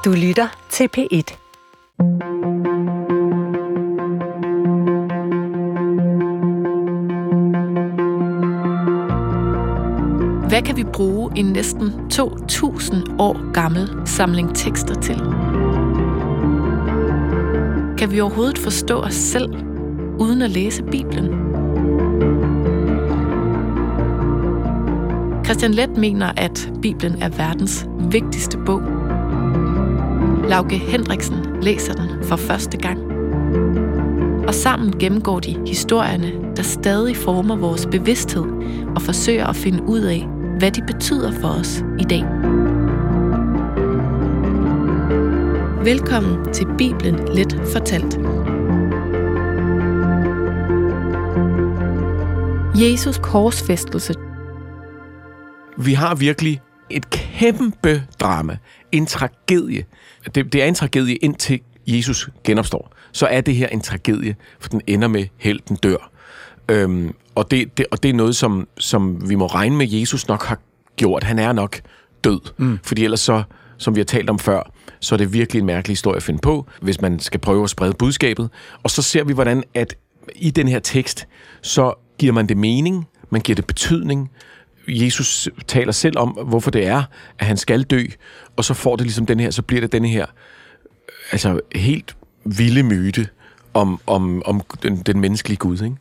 Du lytter til P1. Hvad kan vi bruge en næsten 2.000 år gammel samling tekster til? Kan vi overhovedet forstå os selv, uden at læse Bibelen? Christian Leth mener, at Bibelen er verdens vigtigste bog. Lauke Hendriksen læser den for første gang. Og sammen gennemgår de historierne, der stadig former vores bevidsthed og forsøger at finde ud af, hvad de betyder for os i dag. Velkommen til Bibelen Let fortalt. Jesus korsfæstelse. Vi har virkelig et kæmpe drama, en tragedie. Det er en tragedie indtil Jesus genopstår. Så er det her en tragedie, for den ender med helten dør. Og det er noget, som vi må regne med, Jesus nok har gjort. Han er nok død. Fordi ellers så, som vi har talt om før, så er det virkelig en mærkelig historie at finde på, hvis man skal prøve at sprede budskabet. Og så ser vi, hvordan at i den her tekst, så giver man det mening, man giver det betydning. Jesus taler selv om, hvorfor det er, at han skal dø, og så får det ligesom den her, så bliver det den her altså helt vilde myte om den menneskelige Gud, ikke?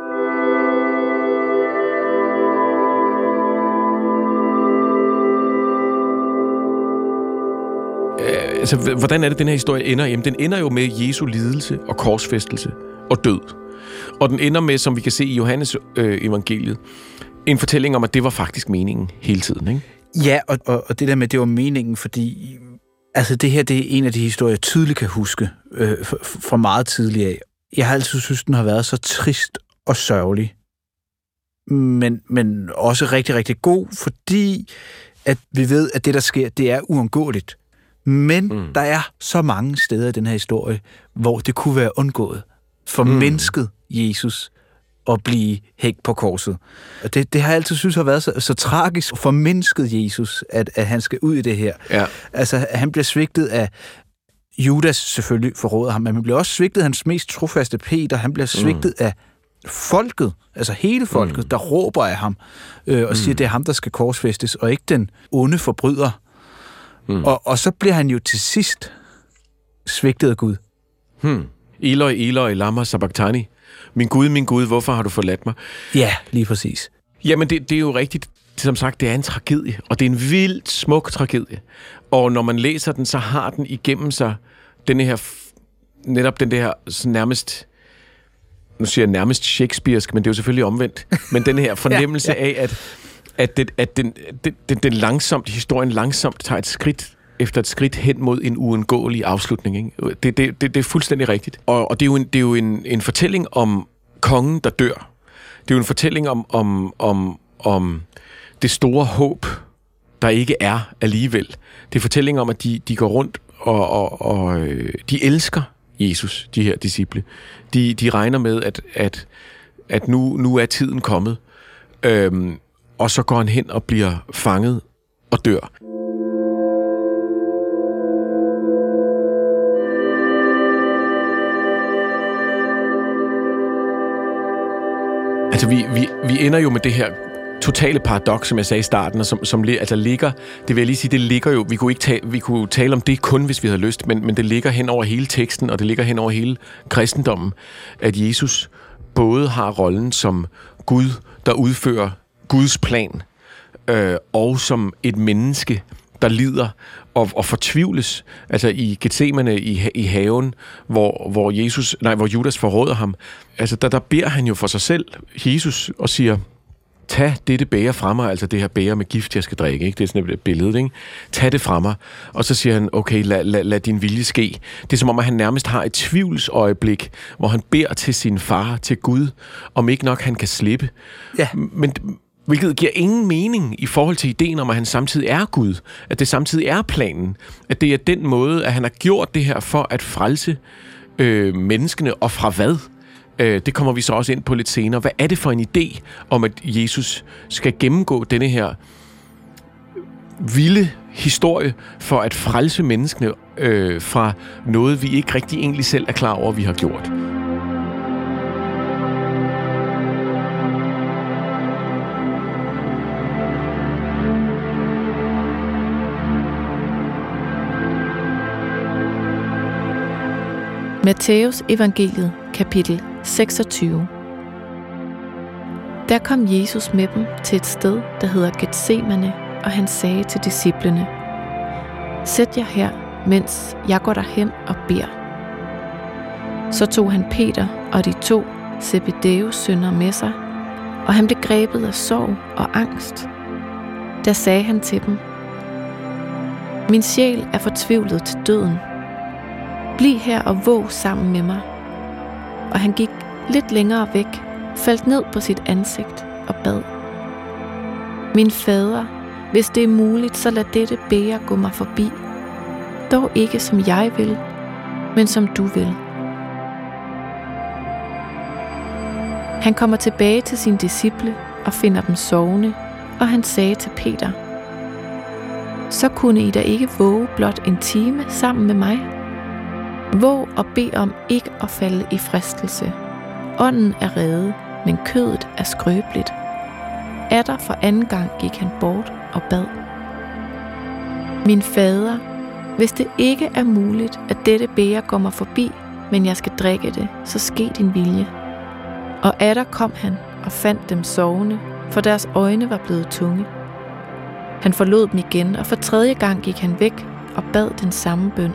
Altså, hvordan er det, den her historie ender? Jamen, den ender jo med Jesu lidelse og korsfæstelse og død. Og den ender med, som vi kan se i Johannes evangeliet, en fortælling om, at det var faktisk meningen hele tiden, ikke? Ja, og det der med, det var meningen, fordi altså det her, det er en af de historier, jeg tydeligt kan huske fra meget tidligere af. Jeg har altid synes, den har været så trist og sørgelig, men også rigtig, rigtig god, fordi at vi ved, at det, der sker, det er uundgåeligt. Men der er så mange steder i den her historie, hvor det kunne være undgået for mennesket Jesus at blive hængt på korset. Og det har jeg altid synes har været så tragisk for mennesket Jesus, at han skal ud i det her. Ja. Altså, han bliver svigtet af Judas, selvfølgelig forråder ham, men han bliver også svigtet af hans mest trofaste Peter. Han bliver svigtet af folket, altså hele folket, der råber af ham og siger, at det er ham, der skal korsfæstes, og ikke den onde forbryder. Og så bliver han jo til sidst svigtet af Gud. Eloi, Eloi, lama sabachthani. Min Gud, hvorfor har du forladt mig? Ja, lige præcis. Jamen, det er jo rigtigt. Som sagt, det er en tragedie, og det er en vildt smuk tragedie. Og når man læser den, så har den igennem sig netop den der nærmest, nu siger jeg nærmest shakespearsk, men det er jo selvfølgelig omvendt, men den her fornemmelse af, at den langsomt, historien langsomt tager et skridt efter et skridt hen mod en uundgåelig afslutning. Ikke? Det er fuldstændig rigtigt. Og det er jo en fortælling om kongen, der dør. Det er jo en fortælling om det store håb, der ikke er alligevel. Det er en fortælling om, at de går rundt og de elsker Jesus, de her disciple. De regner med, at nu er tiden kommet. Og så går han hen og bliver fanget og dør. Altså, vi ender jo med det her totale paradoks, som jeg sagde i starten, og som altså ligger, det vil jeg lige sige, det ligger jo, vi kunne tale om det kun, hvis vi havde lyst, men det ligger hen over hele teksten, og det ligger hen over hele kristendommen, at Jesus både har rollen som Gud, der udfører Guds plan, og som et menneske, der lider og fortvivles. Altså i Getsemane i haven, hvor Judas forråder ham. Altså der beder han jo for sig selv, Jesus, og siger, tag dette bæger fra mig, altså det her bæger med gift, jeg skal drikke, ikke? Det er sådan et billede, ikke? Tag det fra mig. Og så siger han, okay, lad din vilje ske. Det er som om, at han nærmest har et tvivlsøjeblik, hvor han beder til sin far, til Gud, om ikke nok han kan slippe. Ja. Men hvilket giver ingen mening i forhold til ideen om, at han samtidig er Gud. At det samtidig er planen. At det er den måde, at han har gjort det her for at frelse menneskene, og fra hvad? Det kommer vi så også ind på lidt senere. Hvad er det for en idé om, at Jesus skal gennemgå denne her vilde historie for at frelse menneskene fra noget, vi ikke rigtig egentlig selv er klar over, vi har gjort. Matthæus evangeliet, kapitel 26. Der kom Jesus med dem til et sted, der hedder Getsemane, og han sagde til disciplene: Sæt jer her, mens jeg går derhen og beder. Så tog han Peter og de 2 Zebedeus sønner med sig, og han blev grebet af sorg og angst. Da sagde han til dem: Min sjæl er fortvivlet til døden. Bliv her og våg sammen med mig. Og han gik lidt længere væk, faldt ned på sit ansigt og bad: Min fader, hvis det er muligt, så lad dette bæger gå mig forbi. Dog ikke som jeg vil, men som du vil. Han kommer tilbage til sine disciple og finder dem sovende, og han sagde til Peter: Så kunne I da ikke våge blot en time sammen med mig? Våg og bed om ikke at falde i fristelse. Ånden er rede, men kødet er skrøbeligt. Atter for anden gang gik han bort og bad: Min fader, hvis det ikke er muligt, at dette bæger går mig forbi, men jeg skal drikke det, så ske din vilje. Og atter kom han og fandt dem sovende, for deres øjne var blevet tunge. Han forlod dem igen, og for 3. gang gik han væk og bad den samme bøn.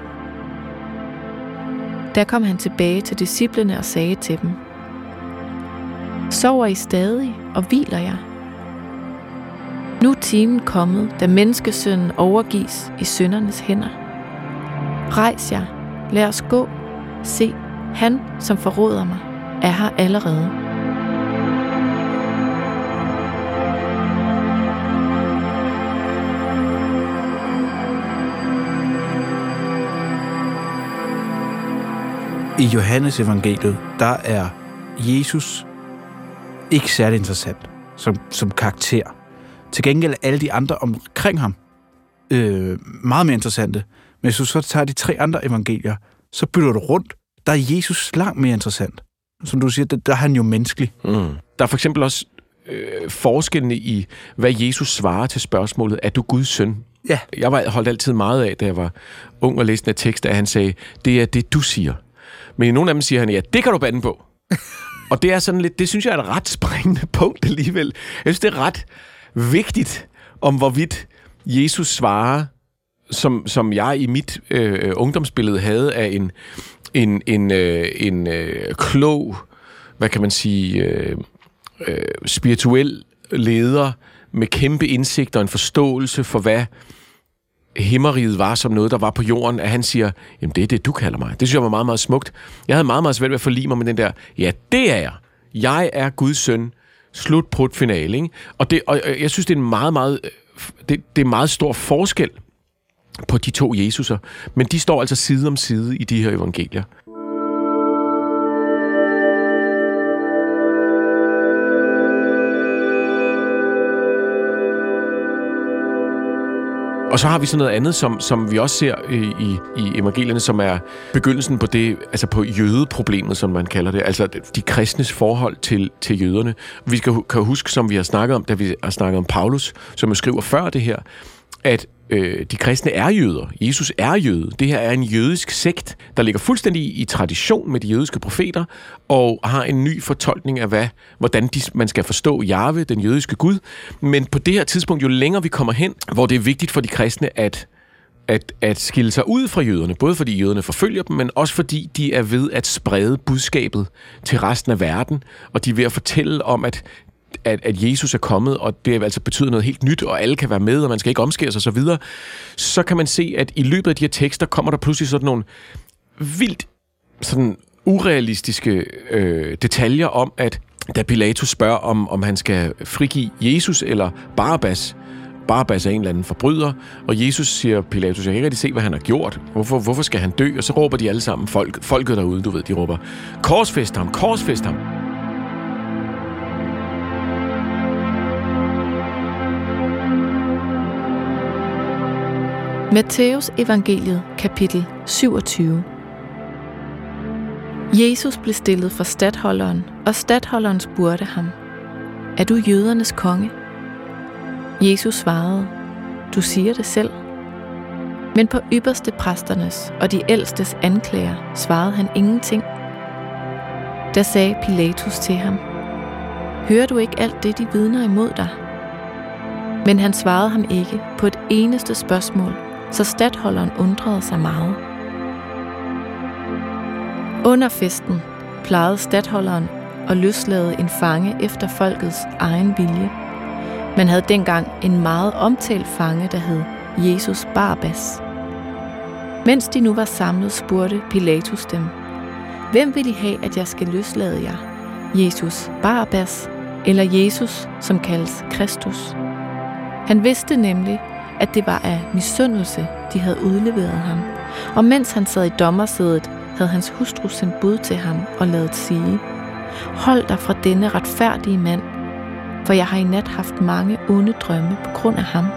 Der kom han tilbage til disciplene og sagde til dem: Sover I stadig og hviler jer? Nu er timen kommet, da menneskesønnen overgives i syndernes hænder. Rejs jer, lad os gå. Se, han, som forråder mig, er her allerede. I Johannes evangeliet, der er Jesus ikke særlig interessant som karakter. Til gengæld er alle de andre omkring ham meget mere interessante. Men hvis du så tager de 3 andre evangelier, så bytter du rundt. Der er Jesus langt mere interessant. Som du siger, der er han jo menneskelig. Der er for eksempel også forskellene i, hvad Jesus svarer til spørgsmålet: Er du Guds søn? Ja. Jeg holdt altid meget af, da jeg var ung og læste en tekst, at han sagde: Det er det, du siger. Men i nogle af dem siger han: Ja, det kan du bande på. Og det er sådan lidt, det synes jeg er et ret springende punkt alligevel. Jeg synes, det er ret vigtigt, om hvorvidt Jesus svarer, som jeg i mit ungdomsbillede havde af en klog, hvad kan man sige, spirituel leder med kæmpe indsigt og en forståelse for, hvad himmeriget var som noget, der var på jorden, at han siger: Jamen, det er det, du kalder mig. Det synes jeg var meget, meget smukt. Jeg havde meget, meget svært ved at forlige mig med den der: Ja, det er jeg. Jeg er Guds søn. Slut på et finale, ikke? Og jeg synes, det er en meget, meget, det er meget stor forskel på de 2 Jesuser, men de står altså side om side i de her evangelier. Og så har vi sådan noget andet, som vi også ser i evangelierne, som er begyndelsen på det, altså på jødeproblemet, som man kalder det, altså de kristnes forhold til jøderne. Vi kan huske, som vi har snakket om, da vi har snakket om Paulus, som jo skriver før det her, at de kristne er jøder. Jesus er jøde. Det her er en jødisk sekt, der ligger fuldstændig i tradition med de jødiske profeter, og har en ny fortolkning af, hvordan man skal forstå Jahve, den jødiske Gud. Men på det her tidspunkt, jo længere vi kommer hen, hvor det er vigtigt for de kristne at skille sig ud fra jøderne, både fordi jøderne forfølger dem, men også fordi de er ved at sprede budskabet til resten af verden, og de er ved at fortælle om, at Jesus er kommet, og det altså betyder noget helt nyt, og alle kan være med, og man skal ikke omskæres og så videre, så kan man se, at i løbet af de her tekster kommer der pludselig sådan nogle vildt sådan urealistiske detaljer om, at da Pilatus spørger, om han skal frigive Jesus eller Barabbas. Barabbas er en eller anden forbryder, og Jesus siger, Pilatus, jeg kan ikke rigtig se, hvad han har gjort. Hvorfor skal han dø? Og så råber de alle sammen, folket derude, du ved, de råber, korsfæst ham, korsfæst ham. Matthæus evangeliet, kapitel 27. Jesus blev stillet for statholderen, og statholderen spurgte ham: Er du jødernes konge? Jesus svarede: Du siger det selv. Men på ypperste præsternes og de ældstes anklager svarede han ingenting. Da sagde Pilatus til ham: Hører du ikke alt det, de vidner imod dig? Men han svarede ham ikke på et eneste spørgsmål, så statholderen undrede sig meget. Under festen plejede statholderen at løslade en fange efter folkets egen vilje. Man havde dengang en meget omtalt fange, der hed Jesus Barabbas. Mens de nu var samlet, spurgte Pilatus dem: Hvem vil I have, at jeg skal løslade jer? Jesus Barabbas eller Jesus, som kaldes Kristus? Han vidste nemlig, at det var af misundelse, de havde udleveret ham. Og mens han sad i dommersædet, havde hans hustru sendt bud til ham og ladet sige: Hold dig fra denne retfærdige mand, for jeg har i nat haft mange onde drømme på grund af ham.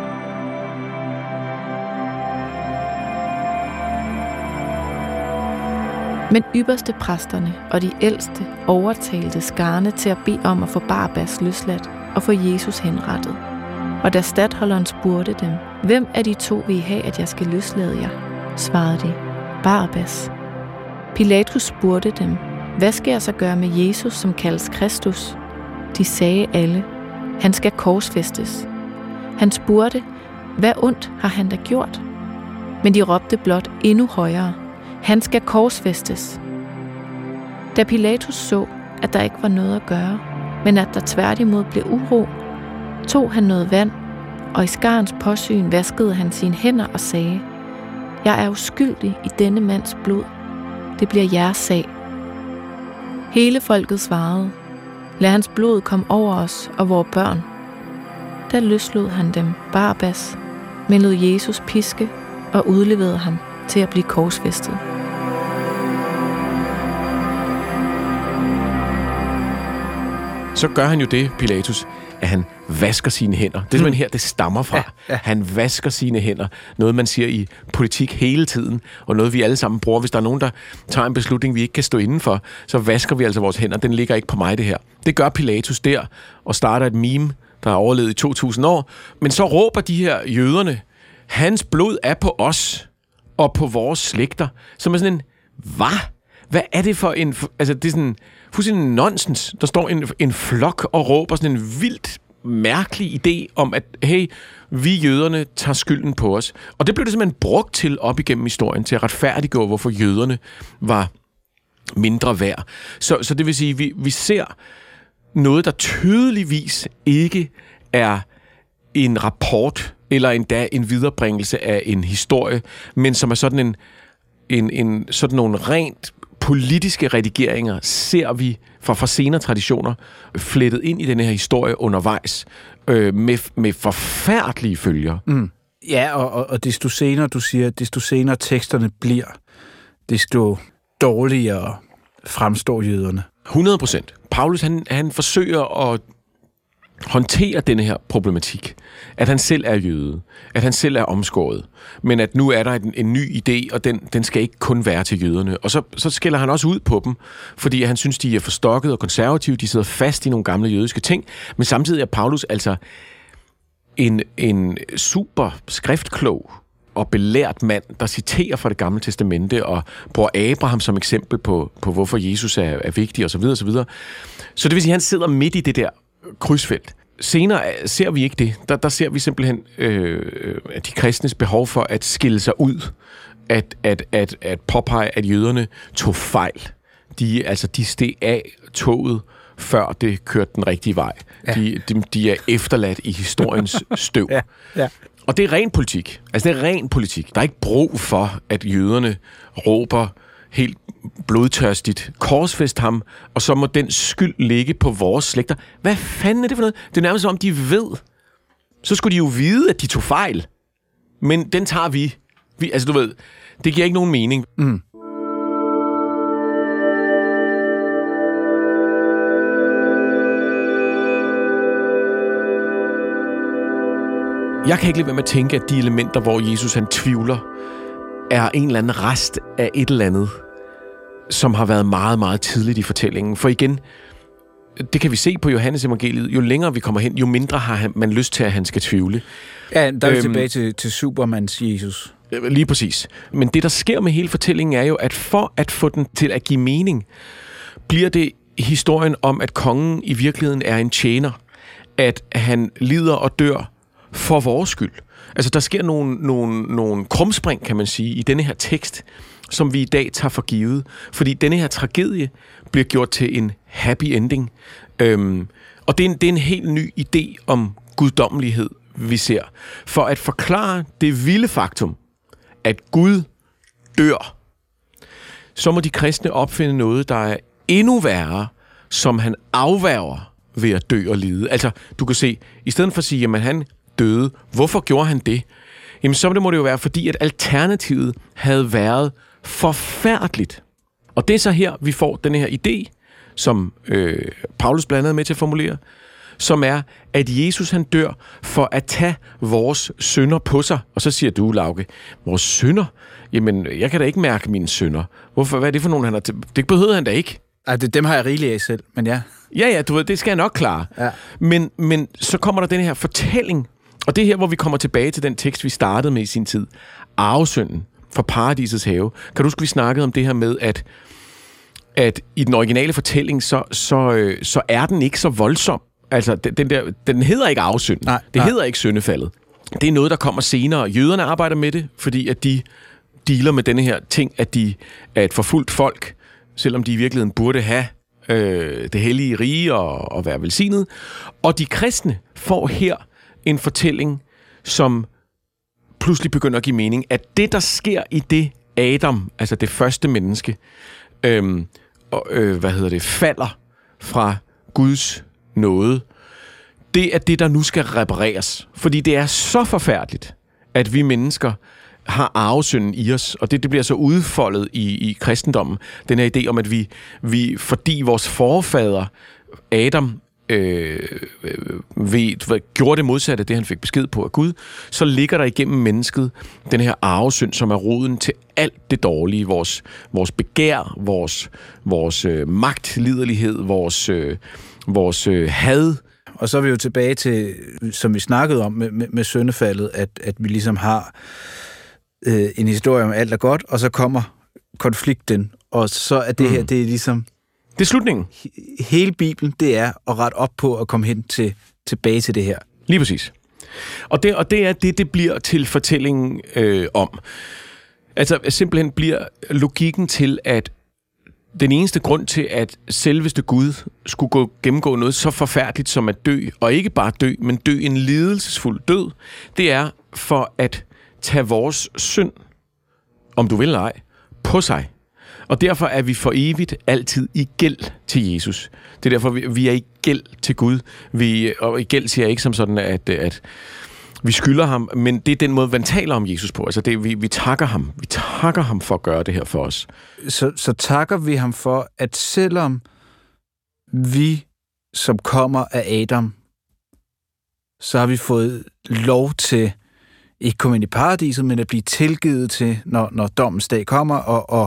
Men ypperste præsterne og de ældste overtalte skarne til at bede om at få Barabbas løsladt og få Jesus henrettet. Og da statholderen spurgte dem: Hvem af de to vil I have, at jeg skal løslade jer? Svarede de: Barabbas. Pilatus spurgte dem: Hvad skal jeg så gøre med Jesus, som kaldes Kristus? De sagde alle: Han skal korsfæstes. Han spurgte: Hvad ondt har han da gjort? Men de råbte blot endnu højere: Han skal korsfæstes. Da Pilatus så, at der ikke var noget at gøre, men at der tværtimod blev uro, tog han noget vand, og i skarens påsyn vaskede han sine hænder og sagde: Jeg er uskyldig i denne mands blod. Det bliver jeres sag. Hele folket svarede: Lad hans blod komme over os og vores børn. Da løslod han dem Barabbas, men lod Jesus piske og udleverede ham til at blive korsfæstet. Så gør han jo det, Pilatus, at han vasker sine hænder. Det er simpelthen her, det stammer fra. Ja. Han vasker sine hænder. Noget, man siger i politik hele tiden, og noget, vi alle sammen bruger. Hvis der er nogen, der tager en beslutning, vi ikke kan stå indenfor, så vasker vi altså vores hænder. Den ligger ikke på mig, det her. Det gør Pilatus der, og starter et meme, der har overlevet i 2000 år. Men så råber de her jøderne: Hans blod er på os og på vores slægter. Som er sådan en: Hvad er det for en... Altså, det er sådan fuldstændig nonsens. Der står en flok og råber sådan en vildt mærkelig idé om, at hey, vi jøderne tager skylden på os. Og det blev det simpelthen brugt til op igennem historien, til at retfærdiggøre, hvorfor jøderne var mindre værd. Så det vil sige, vi ser noget, der tydeligvis ikke er en rapport, eller endda en viderebringelse af en historie, men som er sådan sådan nogle rent politiske redigeringer, ser vi fra senere traditioner flettet ind i denne her historie undervejs, med forfærdelige følger. Mm. Ja, og desto senere, du siger, desto senere teksterne bliver, desto dårligere fremstår jøderne. 100%. Paulus, han forsøger at håndtere denne her problematik. At han selv er jøde. At han selv er omskåret. Men at nu er der en ny idé, og den skal ikke kun være til jøderne. Og så skælder han også ud på dem, fordi han synes, de er forstokket og konservative. De sidder fast i nogle gamle jødiske ting. Men samtidig er Paulus altså en super skriftklog og belært mand, der citerer fra Det Gamle Testamente og bruger Abraham som eksempel på hvorfor Jesus er vigtig osv. osv. Så det vil sige, at han sidder midt i det der krydsfelt. Senere ser vi ikke det. Der ser vi simpelthen de kristnes behov for at skille sig ud, at påpege, at jøderne tog fejl. De steg af toget, før det kørte den rigtige vej. Ja. De er efterladt i historiens støv. Ja. Og det er ren politik. Altså, det er ren politik. Der er ikke brug for, at jøderne råber helt blodtørstigt: korsfæst ham, og så må den skyld ligge på vores slægter. Hvad fanden er det for noget? Det er nærmest som om, de ved. Så skulle de jo vide, at de tog fejl. Men den tager vi. Altså, du ved, det giver ikke nogen mening. Mm. Jeg kan ikke lade være med at tænke, at de elementer, hvor Jesus han tvivler, er en eller anden rest af et eller andet, som har været meget, meget tidligt i fortællingen. For igen, det kan vi se på Johannes evangeliet. Jo længere vi kommer hen, jo mindre har man lyst til, at han skal tvivle. Ja, der er vi tilbage til Supermans Jesus. Lige præcis. Men det, der sker med hele fortællingen, er jo, at for at få den til at give mening, bliver det historien om, at kongen i virkeligheden er en tjener. At han lider og dør for vores skyld. Altså, der sker nogle krumspring, kan man sige, i denne her tekst, som vi i dag tager for givet. Fordi denne her tragedie bliver gjort til en happy ending. Og det er en helt ny idé om guddommelighed, vi ser. For at forklare det vilde faktum, at Gud dør, så må de kristne opfinde noget, der er endnu værre, som han afværger ved at dø og lide. Altså, du kan se, i stedet for at sige, at han døde, hvorfor gjorde han det? Jamen, så må det jo være, fordi at alternativet havde været forfærdeligt. Og det er så her, vi får den her idé, som Paulus blandt andet med til at formulere, som er, at Jesus han dør for at tage vores synder på sig. Og så siger du, Lauke, vores synder? Jamen, jeg kan da ikke mærke mine synder. Hvorfor? Hvad er det for nogen, han har det behøver han da ikke. Ej, dem har jeg rigeligt af selv, men ja. Ja, du ved, det skal jeg nok klare. Ja. Men så kommer der den her fortælling, og det er her, hvor vi kommer tilbage til den tekst, vi startede med i sin tid. Arvesynden fra Paradisets have. Kan du huske, vi snakkede om det her med, at i den originale fortælling, så er den ikke så voldsom. Altså, den hedder ikke arvesynden. Det hedder ikke syndefaldet. Det er noget, der kommer senere. Jøderne arbejder med det, fordi at de dealer med denne her ting, at de er et forfulgt folk, selvom de i virkeligheden burde have det hellige rige og være velsignet. Og de kristne får her en fortælling, som pludselig begynder at give mening, at det, der sker i det Adam, altså det første menneske, falder fra Guds nåde, det er det, der nu skal repareres. Fordi det er så forfærdeligt, at vi mennesker har arvesynden i os, og det bliver så udfoldet i kristendommen. Den her idé om, at vi fordi vores forfader Adam gjorde det modsatte af det, han fik besked på af Gud, så ligger der igennem mennesket den her arvesynd, som er roden til alt det dårlige. Vores begær, vores magtliderlighed, vores had. Og så er vi jo tilbage til, som vi snakkede om med syndefaldet, at vi ligesom har en historie om alt er godt, og så kommer konflikten, og så er det her, det er ligesom... Det er slutningen. Hele Bibelen, det er at rette op på at komme hen tilbage til det her. Lige præcis. Og det er det bliver til fortællingen om. Altså simpelthen bliver logikken til, at den eneste grund til, at selveste Gud skulle gennemgå noget så forfærdeligt som at dø, og ikke bare dø, men dø en lidelsesfuld død, det er for at tage vores synd, om du vil eller ej, på sig. Og derfor er vi for evigt altid i gæld til Jesus. Det er derfor, vi er i gæld til Gud. Og i gæld siger jeg ikke som sådan, at vi skylder ham, men det er den måde, man taler om Jesus på. Altså vi takker ham. Vi takker ham for at gøre det her for os. Så takker vi ham for, at selvom vi, som kommer af Adam, så har vi fået lov til ikke komme ind i paradiset, men at blive tilgivet til, når dommens dag kommer, og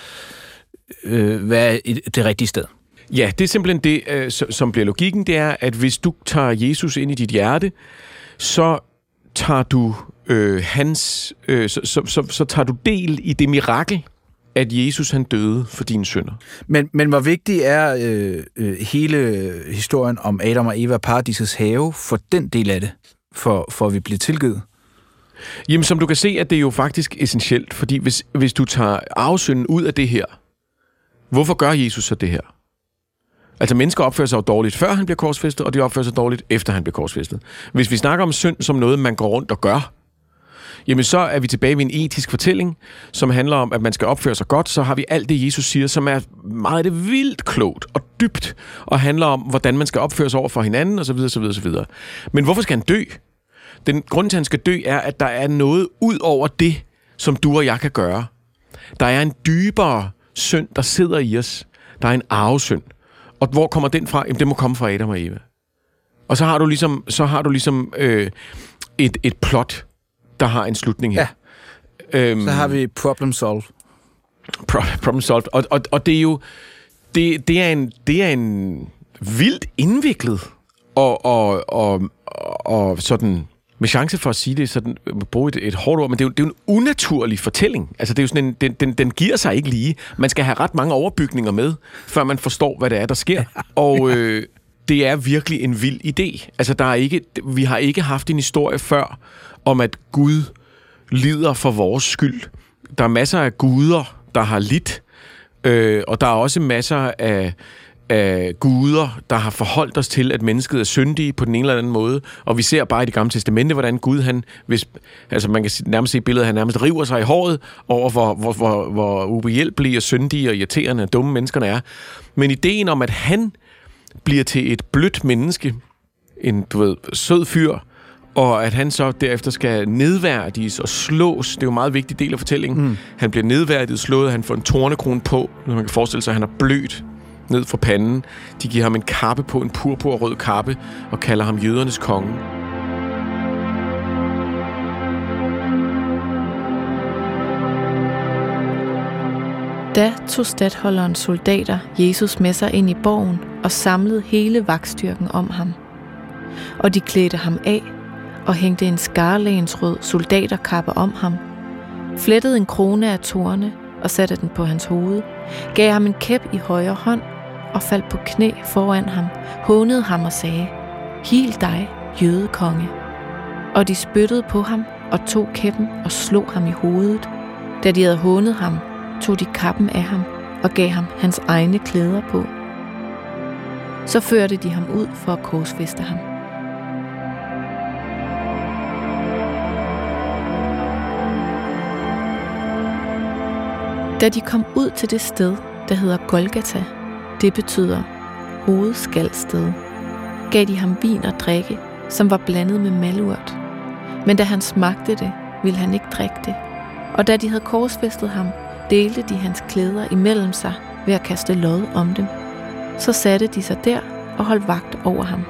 være det rigtige sted. Ja, det er simpelthen det, som bliver logikken, det er, at hvis du tager Jesus ind i dit hjerte, så tager du så tager du del i det mirakel, at Jesus han døde for dine synder. Men hvor vigtig er hele historien om Adam og Eva, Paradisets have, for den del af det, for at vi bliver tilgivet? Jamen, som du kan se, at det er jo faktisk essentielt, fordi hvis du tager arvesynden ud af det her, hvorfor gør Jesus så det her? Altså, mennesker opfører sig jo dårligt, før han bliver korsfæstet, og de opfører sig dårligt, efter han bliver korsfæstet. Hvis vi snakker om synd som noget, man går rundt og gør, jamen så er vi tilbage ved en etisk fortælling, som handler om, at man skal opføre sig godt. Så har vi alt det, Jesus siger, som er meget det vildt klogt og dybt, og handler om, hvordan man skal opføre sig over for hinanden, osv. osv. Men hvorfor skal han dø? Den grund til, at han skal dø, er, at der er noget ud over det, som du og jeg kan gøre. Der er en dybere synd, der sidder i os. Der er en arvesynd. Og hvor kommer den fra? Jamen, det må komme fra Adam og Eva. Og så har du ligesom et plot, der har en slutning her. Så har vi problem solved. Problem solved. Og det er jo... Det er en vildt indviklet og sådan... Med chance for at sige det, sådan bruge et hårdt ord, men det er jo en unaturlig fortælling. Altså, det er jo sådan den giver sig ikke lige. Man skal have ret mange overbygninger med, før man forstår, hvad det er, der sker. Og det er virkelig en vild idé. Altså, vi har ikke haft en historie før om, at Gud lider for vores skyld. Der er masser af guder, der har lidt, og der er også masser af guder, der har forholdt os til, at mennesket er syndige på den ene eller anden måde. Og vi ser bare i Det Gamle Testamente, hvordan Gud, man kan nærmest se billedet, han nærmest river sig i håret over, hvor ubehjælpelige og syndige og irriterende og dumme menneskerne er. Men ideen om, at han bliver til et blødt menneske, en sød fyr, og at han så derefter skal nedværdiges og slås. Det er jo en meget vigtig del af fortællingen. Han bliver nedværdiget, slået, han får en tornekrone på, når man kan forestille sig, at han er blødt ned fra panden. De giver ham en kappe på, en purpurrød kappe, og kalder ham jødernes konge. Da tog statholderens soldater Jesus med sig ind i borgen og samlede hele vagtstyrken om ham. Og de klædte ham af og hængte en skarlagensrød soldaterkappe om ham, flettede en krone af torne og satte den på hans hoved, gav ham en kæp i højre hånd og faldt på knæ foran ham, hånede ham og sagde, "Hil dig, jødekonge." Og de spyttede på ham og tog kæppen og slog ham i hovedet. Da de havde hånet ham, tog de kappen af ham og gav ham hans egne klæder på. Så førte de ham ud for at korsfæste ham. Da de kom ud til det sted, der hedder Golgata, det betyder hovedskaldsted, gav de ham vin og drikke, som var blandet med malurt. Men da han smagte det, ville han ikke drikke det. Og da de havde korsfæstet ham, delte de hans klæder imellem sig ved at kaste lod om dem. Så satte de sig der og holdt vagt over ham.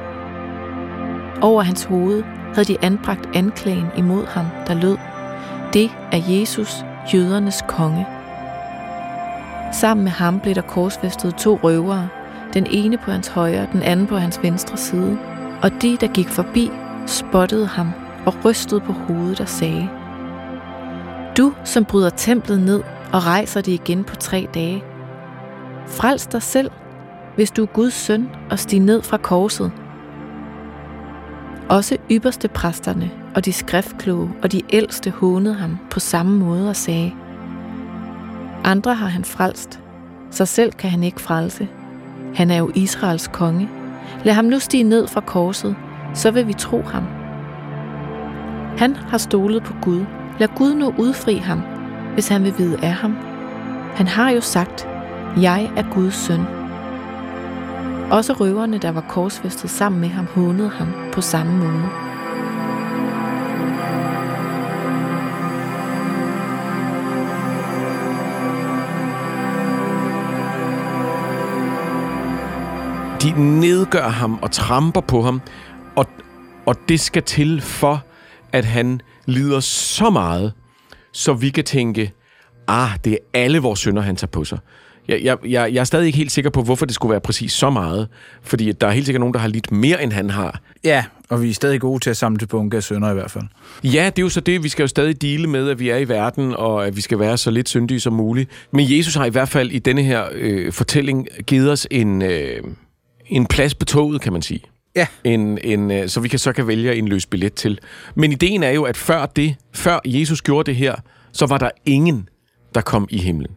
Over hans hoved havde de anbragt anklagen imod ham, der lød, "Det er Jesus, jødernes konge." Sammen med ham blev der korsfæstet 2 røvere, den ene på hans højre, den anden på hans venstre side. Og de, der gik forbi, spottede ham og rystede på hovedet og sagde, "Du, som bryder templet ned og rejser det igen på 3 dage. Frels dig selv, hvis du er Guds søn, og stig ned fra korset." Også ypperste præsterne og de skriftkloge og de ældste hånede ham på samme måde og sagde, "Andre har han frelst, sig selv kan han ikke frelse. Han er jo Israels konge. Lad ham nu stige ned fra korset, så vil vi tro ham. Han har stolet på Gud. Lad Gud nu udfri ham, hvis han vil vide af ham. Han har jo sagt, jeg er Guds søn." Også røverne, der var korsfæstet sammen med ham, hånede ham på samme måde. De nedgør ham og tramper på ham, og det skal til for, at han lider så meget, så vi kan tænke, det er alle vores synder, han tager på sig. Jeg er stadig ikke helt sikker på, hvorfor det skulle være præcis så meget, fordi der er helt sikkert nogen, der har lidt mere, end han har. Ja, og vi er stadig gode til at samle til bunke af synder i hvert fald. Ja, det er jo så det. Vi skal jo stadig dele med, at vi er i verden, og at vi skal være så lidt syndige som muligt. Men Jesus har i hvert fald i denne her fortælling givet os en plads på toget, kan man sige. Ja. Så vi kan vælge en løs billet til. Men ideen er jo, at før Jesus gjorde det her, så var der ingen, der kom i himlen.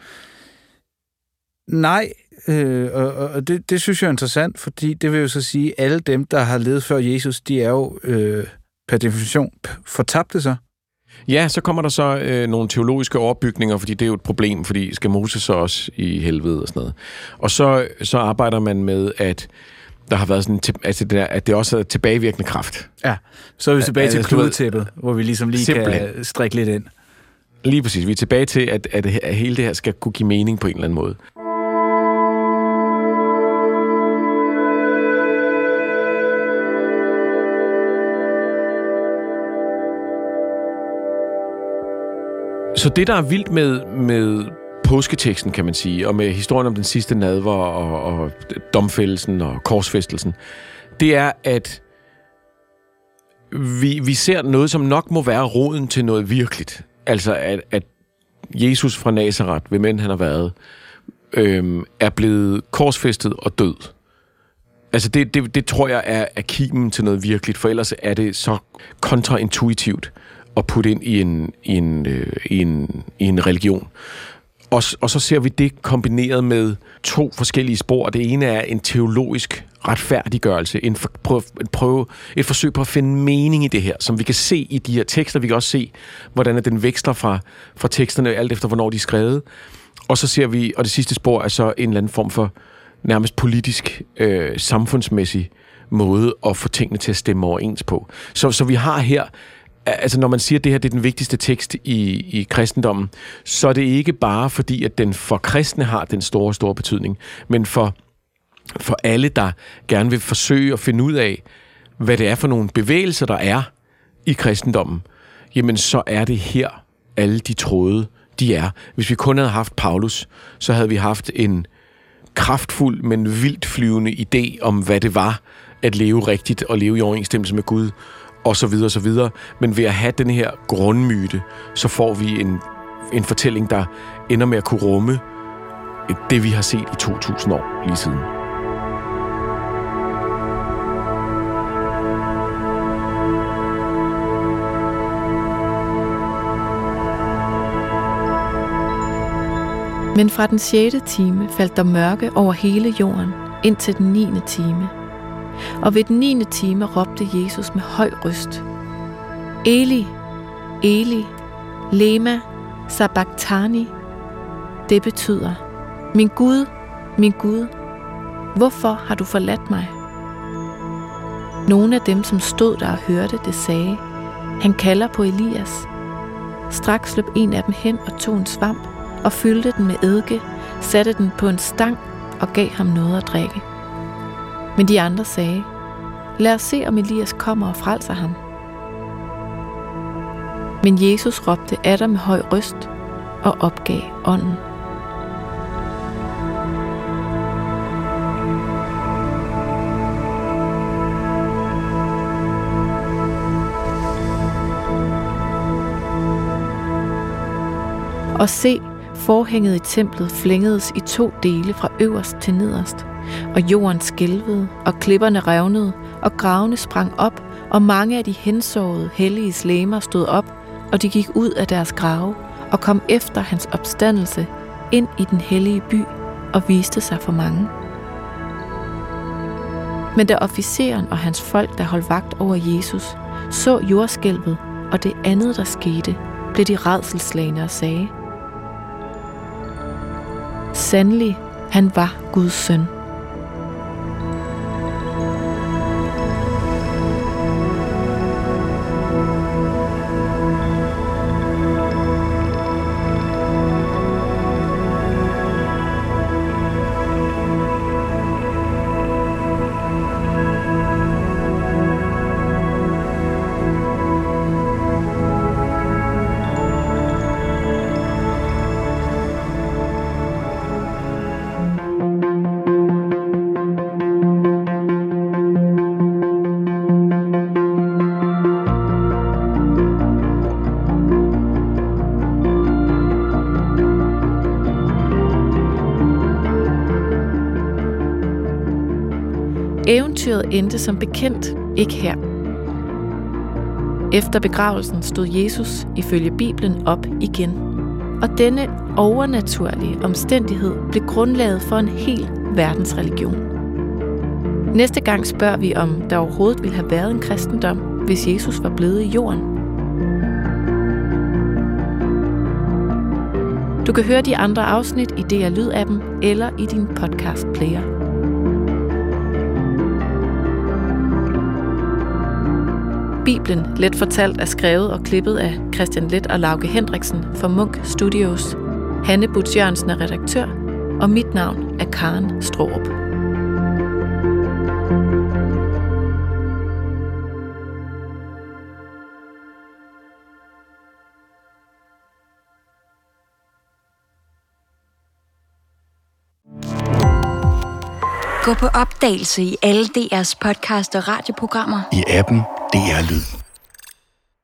Nej, og det synes jeg er interessant, fordi det vil jo så sige, at alle dem, der har levet før Jesus, de er jo per definition fortabte sig. Ja, så kommer der så nogle teologiske overbygninger, fordi det er jo et problem, fordi skal Moses så også i helvede og sådan noget. Og så arbejder man med, at der har været sådan, at det også er tilbagevirkende kraft. Ja, så er vi tilbage til kludetæppet, hvor vi ligesom lige simpelthen kan strikke lidt ind. Lige præcis. Vi er tilbage til, at hele det her skal kunne give mening på en eller anden måde. Så det, der er vildt med påsketeksten, kan man sige, og med historien om den sidste nadver og domfældelsen og korsfæstelsen, det er, at vi ser noget, som nok må være roden til noget virkeligt. Altså, at Jesus fra Nazaret, hvem end han har været, er blevet korsfæstet og død. Altså, det tror jeg er kimen til noget virkeligt, for ellers er det så kontraintuitivt at putte ind i en religion. Og så ser vi det kombineret med 2 forskellige spor. Det ene er en teologisk retfærdiggørelse, et forsøg på at finde mening i det her, som vi kan se i de her tekster. Vi kan også se, hvordan den veksler fra teksterne, alt efter hvornår de er skrevet. Og så ser vi, og det sidste spor er så en eller anden form for nærmest politisk, samfundsmæssig måde at få tingene til at stemme overens på. Så vi har her, altså når man siger, at det her det er den vigtigste tekst i kristendommen, så er det ikke bare fordi, at den for kristne har den store betydning, men for alle, der gerne vil forsøge at finde ud af, hvad det er for nogle bevægelser, der er i kristendommen, jamen så er det her alle de tråde, de er. Hvis vi kun havde haft Paulus, så havde vi haft en kraftfuld, men vildt flyvende idé om, hvad det var at leve rigtigt og leve i overensstemmelse med Gud, og så videre, og så videre. Men ved at have den her grundmyte, så får vi en fortælling, der ender med at kunne rumme det, vi har set i 2000 år lige siden. Men fra den 6. time faldt der mørke over hele jorden indtil den 9. time. Og ved den 9. time råbte Jesus med høj røst: Eli, Eli, lema sabachthani. Det betyder: Min Gud, hvorfor har du forladt mig? Nogle af dem, som stod der og hørte det, sagde: Han kalder på Elias. Straks løb en af dem hen og tog en svamp og fyldte den med eddike, satte den på en stang og gav ham noget at drikke. Men de andre sagde: Lad os se, om Elias kommer og frelser ham. Men Jesus råbte atter med høj røst og opgav ånden. Og se, forhænget i templet flængedes i 2 dele fra øverst til nederst, og jorden skælvede, og klipperne revnede, og gravene sprang op, og mange af de hensovede helliges legemer stod op, og de gik ud af deres grave, og kom efter hans opstandelse ind i den hellige by, og viste sig for mange. Men da officeren og hans folk, der holdt vagt over Jesus, så jordskælvet og det andet, der skete, blev de rædselsslagne og sagde: Sandelig, han var Guds søn. Eventyret endte som bekendt ikke her. Efter begravelsen stod Jesus ifølge Bibelen op igen, og denne overnaturlige omstændighed blev grundlaget for en hel verdensreligion. Næste gang spørger vi, om der overhovedet ville have været en kristendom, hvis Jesus var blevet i jorden. Du kan høre de andre afsnit i DR Lyd-appen eller i din podcast-player. Bibelen Let fortalt er skrevet og klippet af Christian Leth og Lauke Hendriksen for Munch Studios. Hanne Butz Jørgensen er redaktør, og mit navn er Karen Straarup. Gå på opdagelse i alle DR's podcast og radioprogrammer. I appen DR Lyd.